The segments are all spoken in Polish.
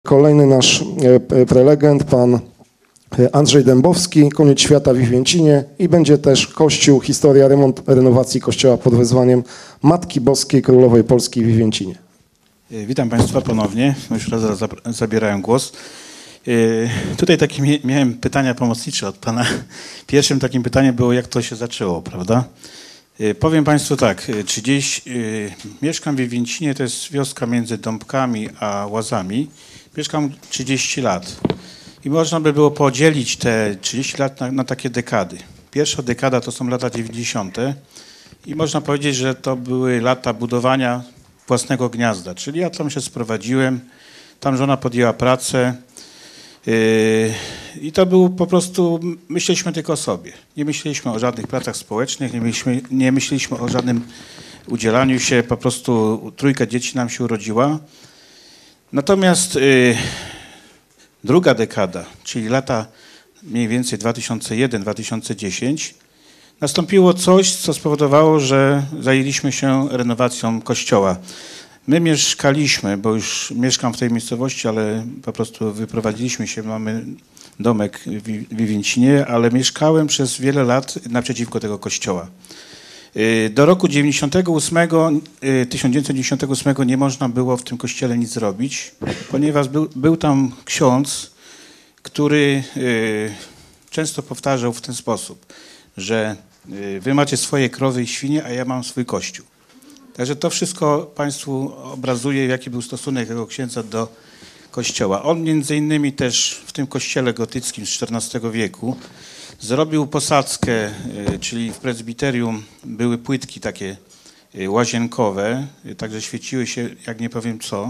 Kolejny nasz prelegent, pan Andrzej Dębowski, Koniec świata w Wiwięcinie i będzie też kościół, historia renowacji kościoła pod wezwaniem Matki Boskiej Królowej Polski w Wiwięcinie. Witam Państwa ponownie, już raz zabierałem głos. Tutaj takie miałem pytania pomocnicze od Pana. Pierwszym takim pytaniem było, jak to się zaczęło, prawda? Powiem Państwu tak, mieszkam w Wiwięcinie, to jest wioska między Dąbkami a Łazami. Mieszkam 30 lat i można by było podzielić te 30 lat na takie dekady. Pierwsza dekada to są lata 90. i można powiedzieć, że to były lata budowania własnego gniazda, czyli ja tam się sprowadziłem, tam żona podjęła pracę i to był po prostu, myśleliśmy tylko o sobie. Nie myśleliśmy o żadnych pracach społecznych, nie myśleliśmy o żadnym udzielaniu się, po prostu trójka dzieci nam się urodziła. Natomiast druga dekada, czyli lata mniej więcej 2001-2010, nastąpiło coś, co spowodowało, że zajęliśmy się renowacją kościoła. My mieszkaliśmy, bo już mieszkam w tej miejscowości, ale po prostu wyprowadziliśmy się, mamy domek w Wiwięcinie, ale mieszkałem przez wiele lat naprzeciwko tego kościoła. Do roku 1998 nie można było w tym kościele nic zrobić, ponieważ był tam ksiądz, który często powtarzał w ten sposób, że wy macie swoje krowy i świnie, a ja mam swój kościół. Także to wszystko Państwu obrazuje, jaki był stosunek tego księdza do kościoła. On między innymi też w tym kościele gotyckim z XIV wieku zrobił posadzkę, czyli w prezbiterium były płytki takie łazienkowe, także świeciły się jak nie powiem co.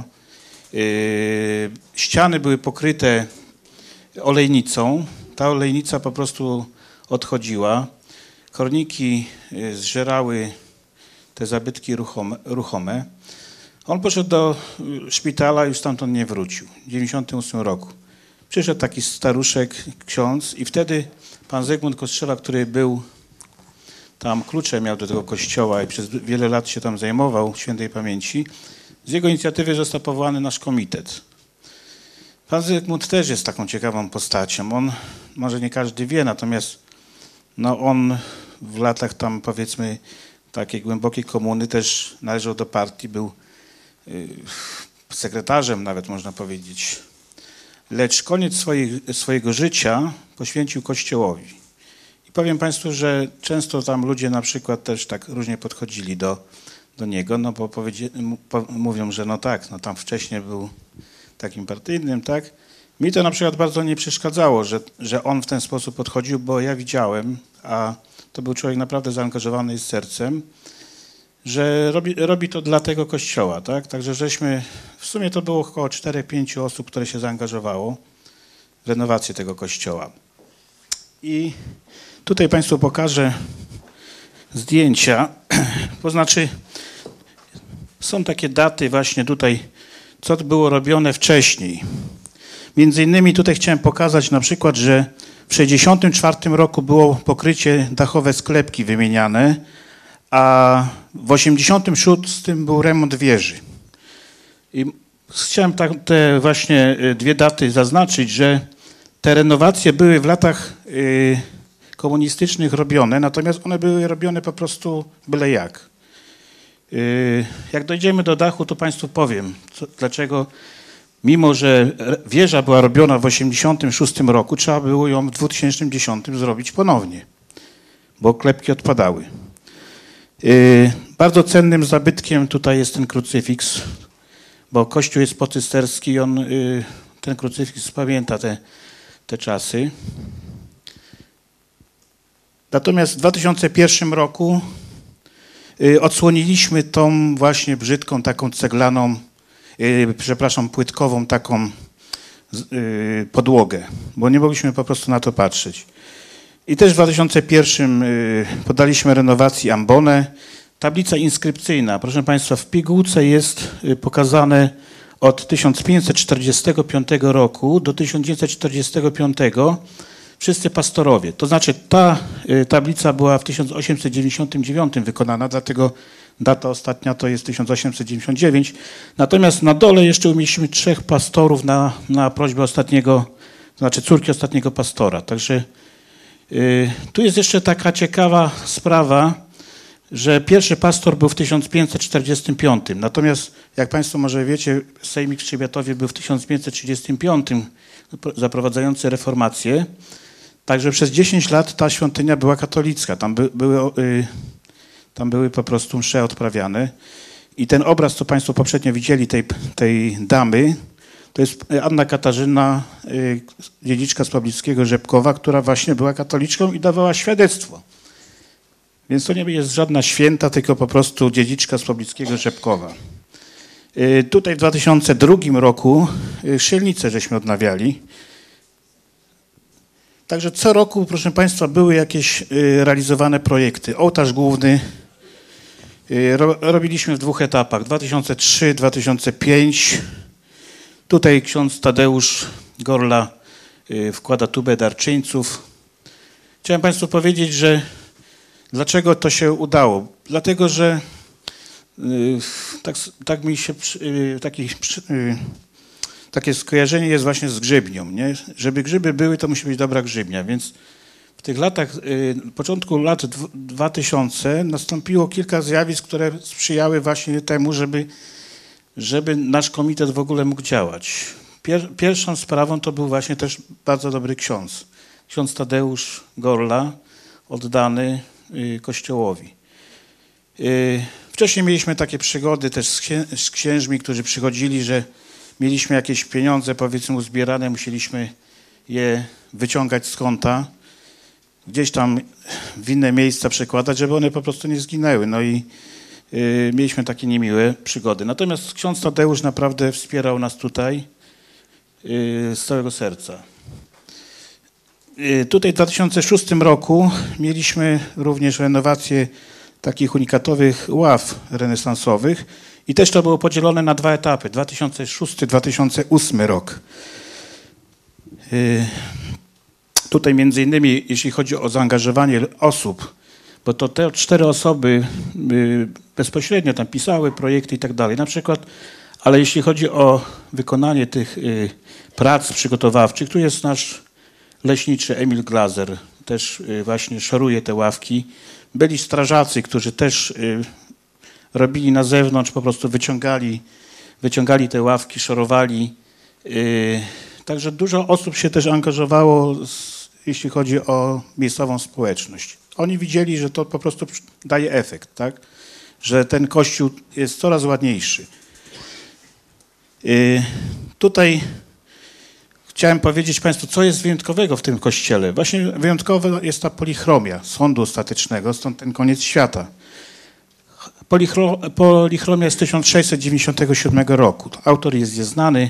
Ściany były pokryte olejnicą, ta olejnica po prostu odchodziła. Korniki zżerały te zabytki ruchome. On poszedł do szpitala i już stamtąd nie wrócił. W 1998 roku. Przyszedł taki staruszek, ksiądz i wtedy pan Zygmunt Kostrzewa, który był tam klucze miał do tego kościoła i przez wiele lat się tam zajmował, świętej pamięci, z jego inicjatywy został powołany nasz komitet. Pan Zygmunt też jest taką ciekawą postacią. On, może nie każdy wie, natomiast no on w latach tam powiedzmy takiej głębokiej komuny też należał do partii, był sekretarzem nawet można powiedzieć. Lecz koniec swojego życia poświęcił Kościołowi. I powiem Państwu, że często tam ludzie na przykład też tak różnie podchodzili do niego, no bo mówią, że no tak, no tam wcześniej był takim partyjnym, tak. Mi to na przykład bardzo nie przeszkadzało, że on w ten sposób podchodził, bo ja widziałem, a to był człowiek naprawdę zaangażowany z sercem, że robi to dla tego kościoła, tak? Także w sumie to było około 4-5 osób, które się zaangażowało w renowację tego kościoła. I tutaj Państwu pokażę zdjęcia, to znaczy są takie daty właśnie tutaj, co było robione wcześniej. Między innymi tutaj chciałem pokazać na przykład, że w 1964 roku było pokrycie dachowe sklepki wymieniane, a w 1986 był remont wieży. I chciałem te właśnie dwie daty zaznaczyć, że te renowacje były w latach komunistycznych robione, natomiast one były robione po prostu byle jak. Jak dojdziemy do dachu, to Państwu powiem, dlaczego. Mimo że wieża była robiona w 1986 roku, trzeba było ją w 2010 zrobić ponownie, bo klepki odpadały. Bardzo cennym zabytkiem tutaj jest ten krucyfiks, bo kościół jest pocysterski, ten krucyfiks pamięta te czasy. Natomiast w 2001 roku odsłoniliśmy tą właśnie brzydką, taką ceglaną, płytkową taką podłogę, bo nie mogliśmy po prostu na to patrzeć. I też w 2001 podaliśmy renowacji ambonę. Tablica inskrypcyjna, proszę Państwa, w pigułce jest pokazane od 1545 roku do 1945 wszyscy pastorowie. To znaczy ta tablica była w 1899 wykonana, dlatego Data ostatnia to jest 1899. Natomiast na dole jeszcze umieściliśmy 3 pastorów na prośbę ostatniego, znaczy córki ostatniego pastora. Także tu jest jeszcze taka ciekawa sprawa, że pierwszy pastor był w 1545. Natomiast, jak Państwo może wiecie, Sejmik w Trzebiatowie był w 1535, zaprowadzający reformację. Także przez 10 lat ta świątynia była katolicka. Tam były po prostu msze odprawiane. I ten obraz, co Państwo poprzednio widzieli, tej damy, to jest Anna Katarzyna, dziedziczka z poblickiego Rzepkowa, która właśnie była katoliczką i dawała świadectwo. Więc to nie jest żadna święta, tylko po prostu dziedziczka z poblickiego Rzepkowa. Tutaj w 2002 roku szyelnicę żeśmy odnawiali. Także co roku, proszę Państwa, były jakieś realizowane projekty. Ołtarz główny robiliśmy w 2 etapach, 2003, 2005. Tutaj ksiądz Tadeusz Gorla wkłada tubę darczyńców. Chciałem Państwu powiedzieć, że dlaczego to się udało? Dlatego, że tak mi się takie skojarzenie jest właśnie z grzybnią. Nie? Żeby grzyby były, to musi być dobra grzybnia. Więc w tych latach, początku lat 2000 nastąpiło kilka zjawisk, które sprzyjały właśnie temu, żeby nasz komitet w ogóle mógł działać. Pierwszą sprawą to był właśnie też bardzo dobry ksiądz. Ksiądz Tadeusz Gorla, oddany Kościołowi. Wcześniej mieliśmy takie przygody też z księżmi, którzy przychodzili, że mieliśmy jakieś pieniądze, powiedzmy, uzbierane, musieliśmy je wyciągać z konta, gdzieś tam w inne miejsca przekładać, żeby one po prostu nie zginęły. No i mieliśmy takie niemiłe przygody. Natomiast ksiądz Tadeusz naprawdę wspierał nas tutaj z całego serca. Tutaj w 2006 roku mieliśmy również renowację takich unikatowych ław renesansowych i też to było podzielone na 2 etapy, 2006-2008 rok. Tutaj między innymi, jeśli chodzi o zaangażowanie osób, bo to te 4 osoby bezpośrednio tam pisały projekty i tak dalej, na przykład, ale jeśli chodzi o wykonanie tych prac przygotowawczych, tu jest nasz leśniczy Emil Glazer, też właśnie szoruje te ławki. Byli strażacy, którzy też robili na zewnątrz, po prostu wyciągali te ławki, szorowali. Także dużo osób się też angażowało, jeśli chodzi o miejscową społeczność. Oni widzieli, że to po prostu daje efekt, tak? Że ten kościół jest coraz ładniejszy. Tutaj chciałem powiedzieć Państwu, co jest wyjątkowego w tym kościele. Właśnie wyjątkowa jest ta polichromia sądu ostatecznego, stąd ten koniec świata. Polichromia jest z 1697 roku. Autor jest nieznany.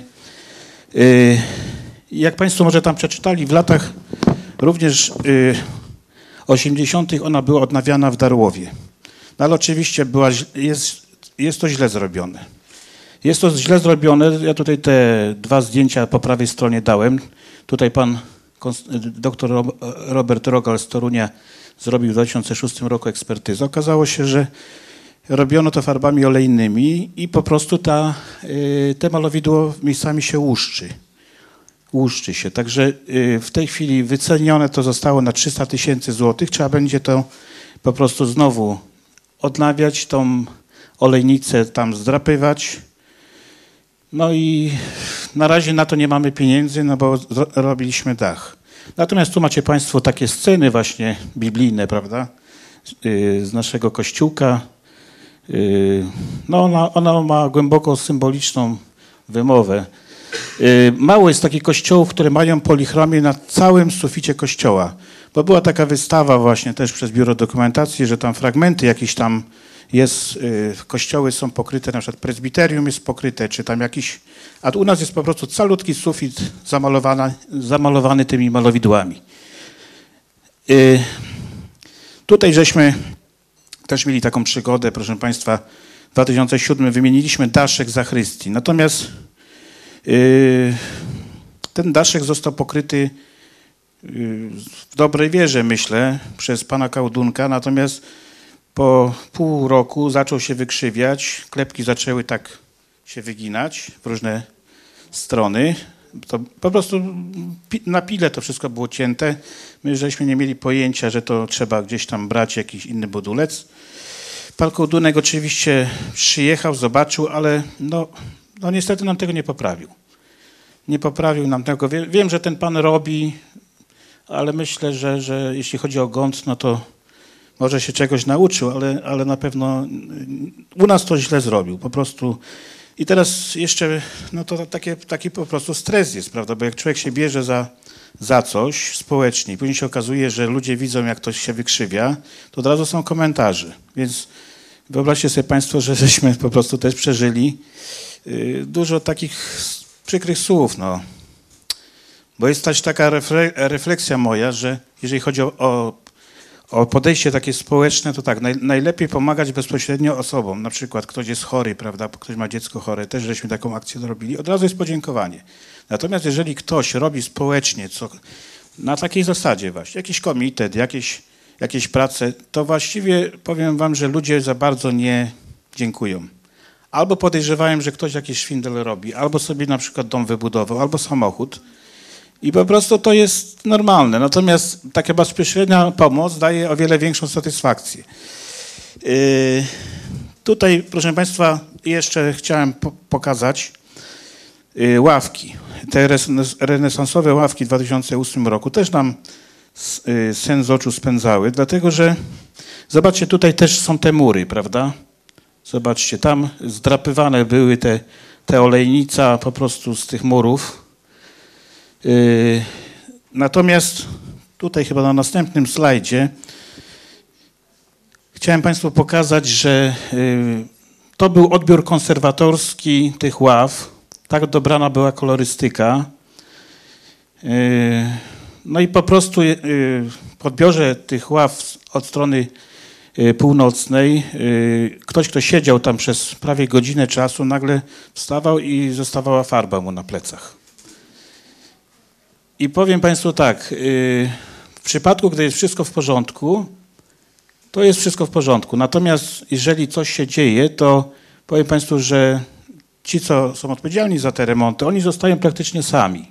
Jak Państwo może tam przeczytali, w latach również 80. ona była odnawiana w Darłowie. No ale oczywiście jest to źle zrobione. Jest to źle zrobione. Ja tutaj te 2 zdjęcia po prawej stronie dałem. Tutaj pan dr Robert Rogal z Torunia zrobił w 2006 roku ekspertyzę. Okazało się, że robiono to farbami olejnymi i po prostu te malowidło miejscami się łuszczy. Łuszczy się. Także w tej chwili wycenione to zostało na 300 000 złotych. Trzeba będzie to po prostu znowu odnawiać, tą olejnicę tam zdrapywać. No i na razie na to nie mamy pieniędzy, no bo robiliśmy dach. Natomiast tu macie Państwo takie sceny właśnie biblijne, prawda, z naszego kościółka. No ona ma głęboko symboliczną wymowę. Mało jest takich kościołów, które mają polichromię na całym suficie kościoła, bo była taka wystawa właśnie też przez Biuro Dokumentacji, że tam fragmenty jakieś tam jest, kościoły są pokryte, na przykład prezbiterium jest pokryte, czy tam jakiś, a u nas jest po prostu calutki sufit zamalowany tymi malowidłami. Tutaj żeśmy też mieli taką przygodę, proszę Państwa, w 2007 wymieniliśmy daszek zachrystii, natomiast ten daszek został pokryty w dobrej wierze, myślę, przez pana Kałdunka, natomiast Po pół roku zaczął się wykrzywiać, klepki zaczęły tak się wyginać w różne strony. To po prostu na pile to wszystko było cięte. My żeśmy nie mieli pojęcia, że to trzeba gdzieś tam brać jakiś inny budulec. Pan Kołdunek oczywiście przyjechał, zobaczył, ale no niestety nam tego nie poprawił. Nie poprawił nam tego. Wiem, że ten pan robi, ale myślę, że jeśli chodzi o grunt, no to może się czegoś nauczył, ale na pewno u nas to źle zrobił. Po prostu. I teraz jeszcze, no to taki po prostu stres jest, prawda? Bo jak człowiek się bierze za coś społecznie i później się okazuje, że ludzie widzą, jak to się wykrzywia, to od razu są komentarze. Więc wyobraźcie sobie państwo, że żeśmy po prostu też przeżyli dużo takich przykrych słów, no. Bo jest też taka refleksja moja, że jeżeli chodzi o podejście takie społeczne, to tak, najlepiej pomagać bezpośrednio osobom. Na przykład ktoś jest chory, prawda, ktoś ma dziecko chore, też żeśmy taką akcję zrobili, od razu jest podziękowanie. Natomiast jeżeli ktoś robi społecznie, na takiej zasadzie właśnie, jakiś komitet, jakieś prace, to właściwie powiem wam, że ludzie za bardzo nie dziękują. Albo podejrzewają, że ktoś jakiś szwindel robi, albo sobie na przykład dom wybudował, albo samochód. I po prostu to jest normalne. Natomiast taka bezpośrednia pomoc daje o wiele większą satysfakcję. Tutaj, proszę państwa, jeszcze chciałem pokazać ławki. Te renesansowe ławki w 2008 roku też nam sen z oczu spędzały, dlatego że zobaczcie, tutaj też są te mury, prawda? Zobaczcie, tam zdrapywane były te olejnica po prostu z tych murów. Natomiast tutaj chyba na następnym slajdzie chciałem państwu pokazać, że to był odbiór konserwatorski tych ław. Tak dobrana była kolorystyka. No i po prostu w odbiorze tych ław od strony północnej ktoś, kto siedział tam przez prawie godzinę czasu, nagle wstawał i zostawała farba mu na plecach. I powiem państwu tak, w przypadku, gdy jest wszystko w porządku, to jest wszystko w porządku. Natomiast jeżeli coś się dzieje, to powiem państwu, że ci, co są odpowiedzialni za te remonty, oni zostają praktycznie sami.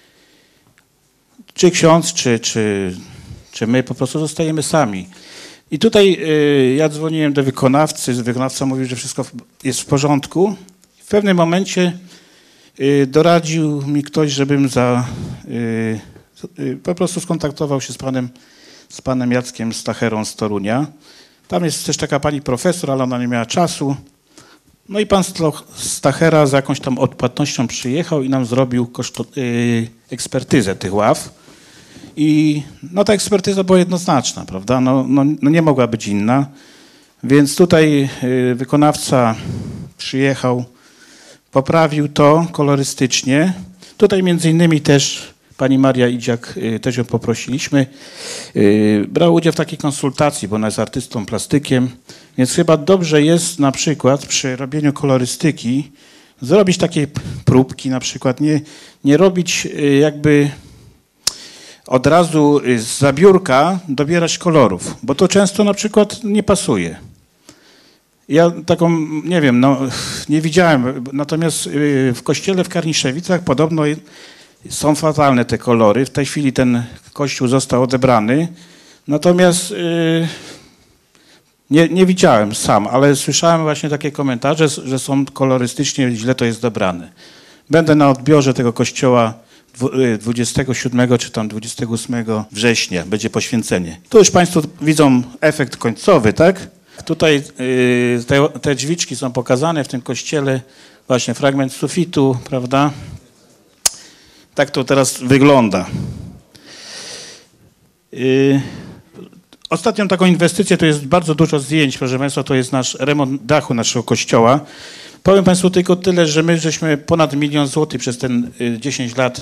Czy ksiądz, czy my po prostu zostajemy sami. I tutaj ja dzwoniłem do wykonawcy, wykonawca mówił, że wszystko jest w porządku. W pewnym momencie doradził mi ktoś, żebym po prostu skontaktował się z panem Jackiem Stacherą z Torunia. Tam jest też taka pani profesor, ale ona nie miała czasu. No i pan Stachera z jakąś tam odpłatnością przyjechał i nam zrobił ekspertyzę tych ław. I no ta ekspertyza była jednoznaczna, prawda? No nie mogła być inna. Więc tutaj wykonawca przyjechał, poprawił to kolorystycznie. Tutaj między innymi też pani Maria Idziak, też ją poprosiliśmy. Brała udział w takiej konsultacji, bo ona jest artystą plastykiem, więc chyba dobrze jest na przykład przy robieniu kolorystyki zrobić takie próbki na przykład, nie robić jakby od razu z zabiórka dobierać kolorów, bo to często na przykład nie pasuje. Ja taką, nie wiem, nie widziałem, natomiast w kościele w Karniszewicach podobno są fatalne te kolory. W tej chwili ten kościół został odebrany, natomiast nie widziałem sam, ale słyszałem właśnie takie komentarze, że są kolorystycznie źle to jest dobrane. Będę na odbiorze tego kościoła 27 czy tam 28 września, będzie poświęcenie. Tu już państwo widzą efekt końcowy, tak? Tutaj te drzwiczki są pokazane w tym kościele, właśnie fragment sufitu, prawda? Tak to teraz wygląda. Ostatnią taką inwestycję, to jest bardzo dużo zdjęć, proszę państwa, to jest nasz remont dachu naszego kościoła. Powiem państwu tylko tyle, że my żeśmy ponad 1 000 000 złotych przez ten 10 lat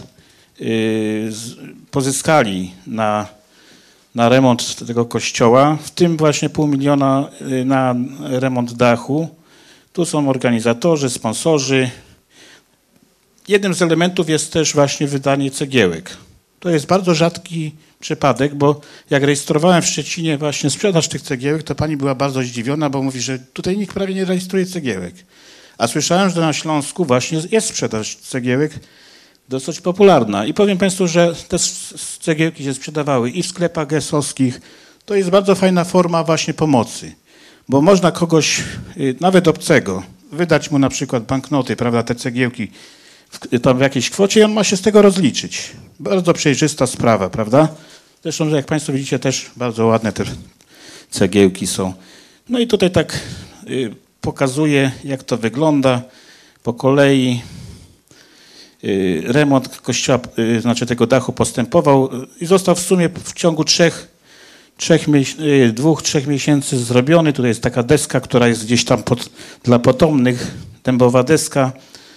pozyskali na remont tego kościoła, w tym właśnie 500 000 na remont dachu. Tu są organizatorzy, sponsorzy. Jednym z elementów jest też właśnie wydanie cegiełek. To jest bardzo rzadki przypadek, bo jak rejestrowałem w Szczecinie właśnie sprzedaż tych cegiełek, to pani była bardzo zdziwiona, bo mówi, że tutaj nikt prawie nie rejestruje cegiełek. A słyszałem, że na Śląsku właśnie jest sprzedaż cegiełek dosyć popularna. I powiem państwu, że te cegiełki się sprzedawały i w sklepach gesowskich. To jest bardzo fajna forma właśnie pomocy, bo można kogoś, nawet obcego, wydać mu na przykład banknoty, prawda, te cegiełki tam w jakiejś kwocie i on ma się z tego rozliczyć. Bardzo przejrzysta sprawa, prawda? Zresztą, że jak państwo widzicie, też bardzo ładne te cegiełki są. No i tutaj tak pokazuję, jak to wygląda po kolei. Remont kościoła, znaczy tego dachu postępował i został w sumie w ciągu 2-3 miesięcy zrobiony. Tutaj jest taka deska, która jest gdzieś tam dla potomnych, dębowa deska.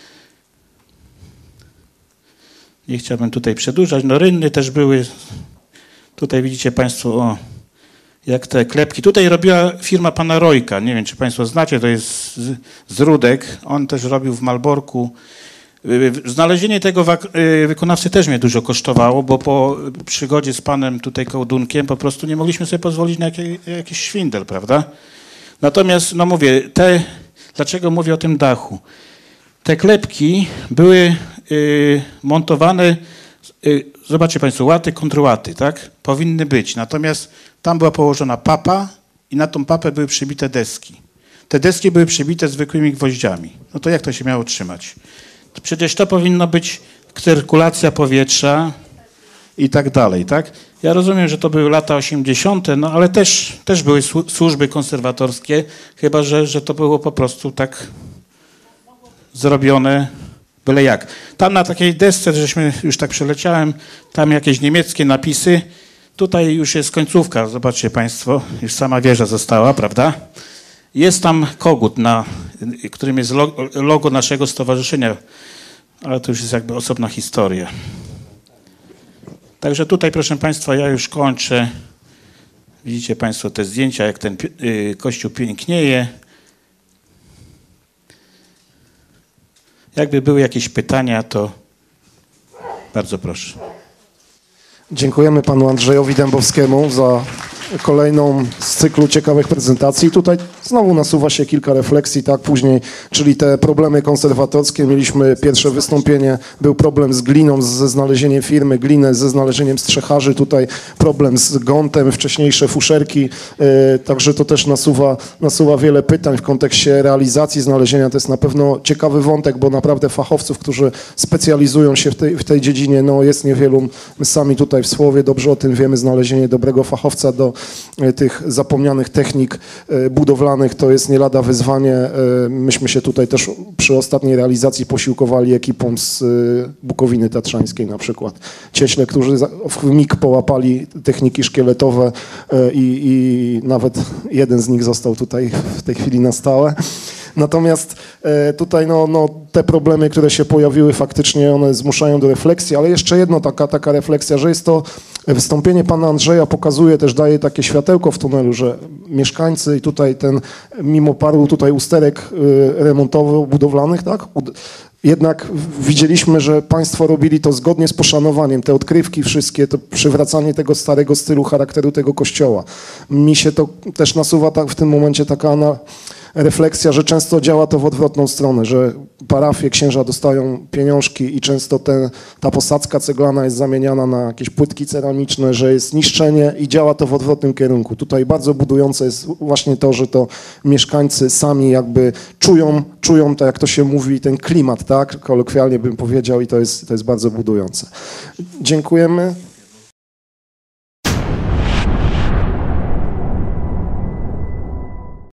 Nie chciałbym tutaj przedłużać. No rynny też były. Tutaj widzicie państwo, jak te klepki. Tutaj robiła firma pana Rojka. Nie wiem, czy państwo znacie, to jest z Rudek. On też robił w Malborku. Znalezienie tego wykonawcy też mnie dużo kosztowało, bo po przygodzie z panem tutaj Kołdunkiem po prostu nie mogliśmy sobie pozwolić na jakiś szwindel, prawda? Natomiast, no mówię, dlaczego mówię o tym dachu? Te klepki były montowane, zobaczcie państwo, łaty, kontrłaty, tak? Powinny być. Natomiast tam była położona papa i na tą papę były przybite deski. Te deski były przybite zwykłymi gwoździami. No to jak to się miało trzymać? Przecież to powinno być cyrkulacja powietrza i tak dalej, tak? Ja rozumiem, że to były lata 80., no ale też były służby konserwatorskie, chyba że to było po prostu tak zrobione byle jak. Tam na takiej desce, żeśmy już tak przeleciałem, tam jakieś niemieckie napisy. Tutaj już jest końcówka, zobaczcie państwo, już sama wieża została, prawda? Jest tam kogut, którym jest logo naszego stowarzyszenia, ale to już jest jakby osobna historia. Także tutaj, proszę państwa, ja już kończę. Widzicie państwo te zdjęcia, jak ten kościół pięknieje. Jakby były jakieś pytania, to bardzo proszę. Dziękujemy panu Andrzejowi Dębowskiemu za kolejną z cyklu ciekawych prezentacji. Tutaj znowu nasuwa się kilka refleksji, tak, później, czyli te problemy konserwatorskie. Mieliśmy pierwsze wystąpienie, był problem z gliną, ze znalezieniem firmy, glinę, ze znalezieniem strzecharzy, tutaj problem z gątem, wcześniejsze fuszerki, także to też nasuwa wiele pytań w kontekście realizacji znalezienia. To jest na pewno ciekawy wątek, bo naprawdę fachowców, którzy specjalizują się w tej dziedzinie, no jest niewielu. My sami tutaj w Słowie dobrze o tym wiemy, znalezienie dobrego fachowca do tych zapomnianych technik budowlanych to jest nie lada wyzwanie. Myśmy się tutaj też przy ostatniej realizacji posiłkowali ekipą z Bukowiny Tatrzańskiej na przykład. Cieśle, którzy w mig połapali techniki szkieletowe i nawet jeden z nich został tutaj w tej chwili na stałe. Natomiast tutaj te problemy, które się pojawiły, faktycznie one zmuszają do refleksji, ale jeszcze jedno taka refleksja, że jest to wystąpienie pana Andrzeja pokazuje, też daje takie światełko w tunelu, że mieszkańcy i tutaj mimo paru tutaj usterek remontowo-budowlanych, tak, jednak widzieliśmy, że państwo robili to zgodnie z poszanowaniem, te odkrywki wszystkie, to przywracanie tego starego stylu, charakteru tego kościoła. Mi się to też nasuwa w tym momencie taka refleksja, że często działa to w odwrotną stronę, że parafie, księża dostają pieniążki i często ta posadzka ceglana jest zamieniana na jakieś płytki ceramiczne, że jest niszczenie i działa to w odwrotnym kierunku. Tutaj bardzo budujące jest właśnie to, że to mieszkańcy sami jakby czują to, jak to się mówi, ten klimat, tak? Kolokwialnie bym powiedział i to jest bardzo budujące. Dziękujemy.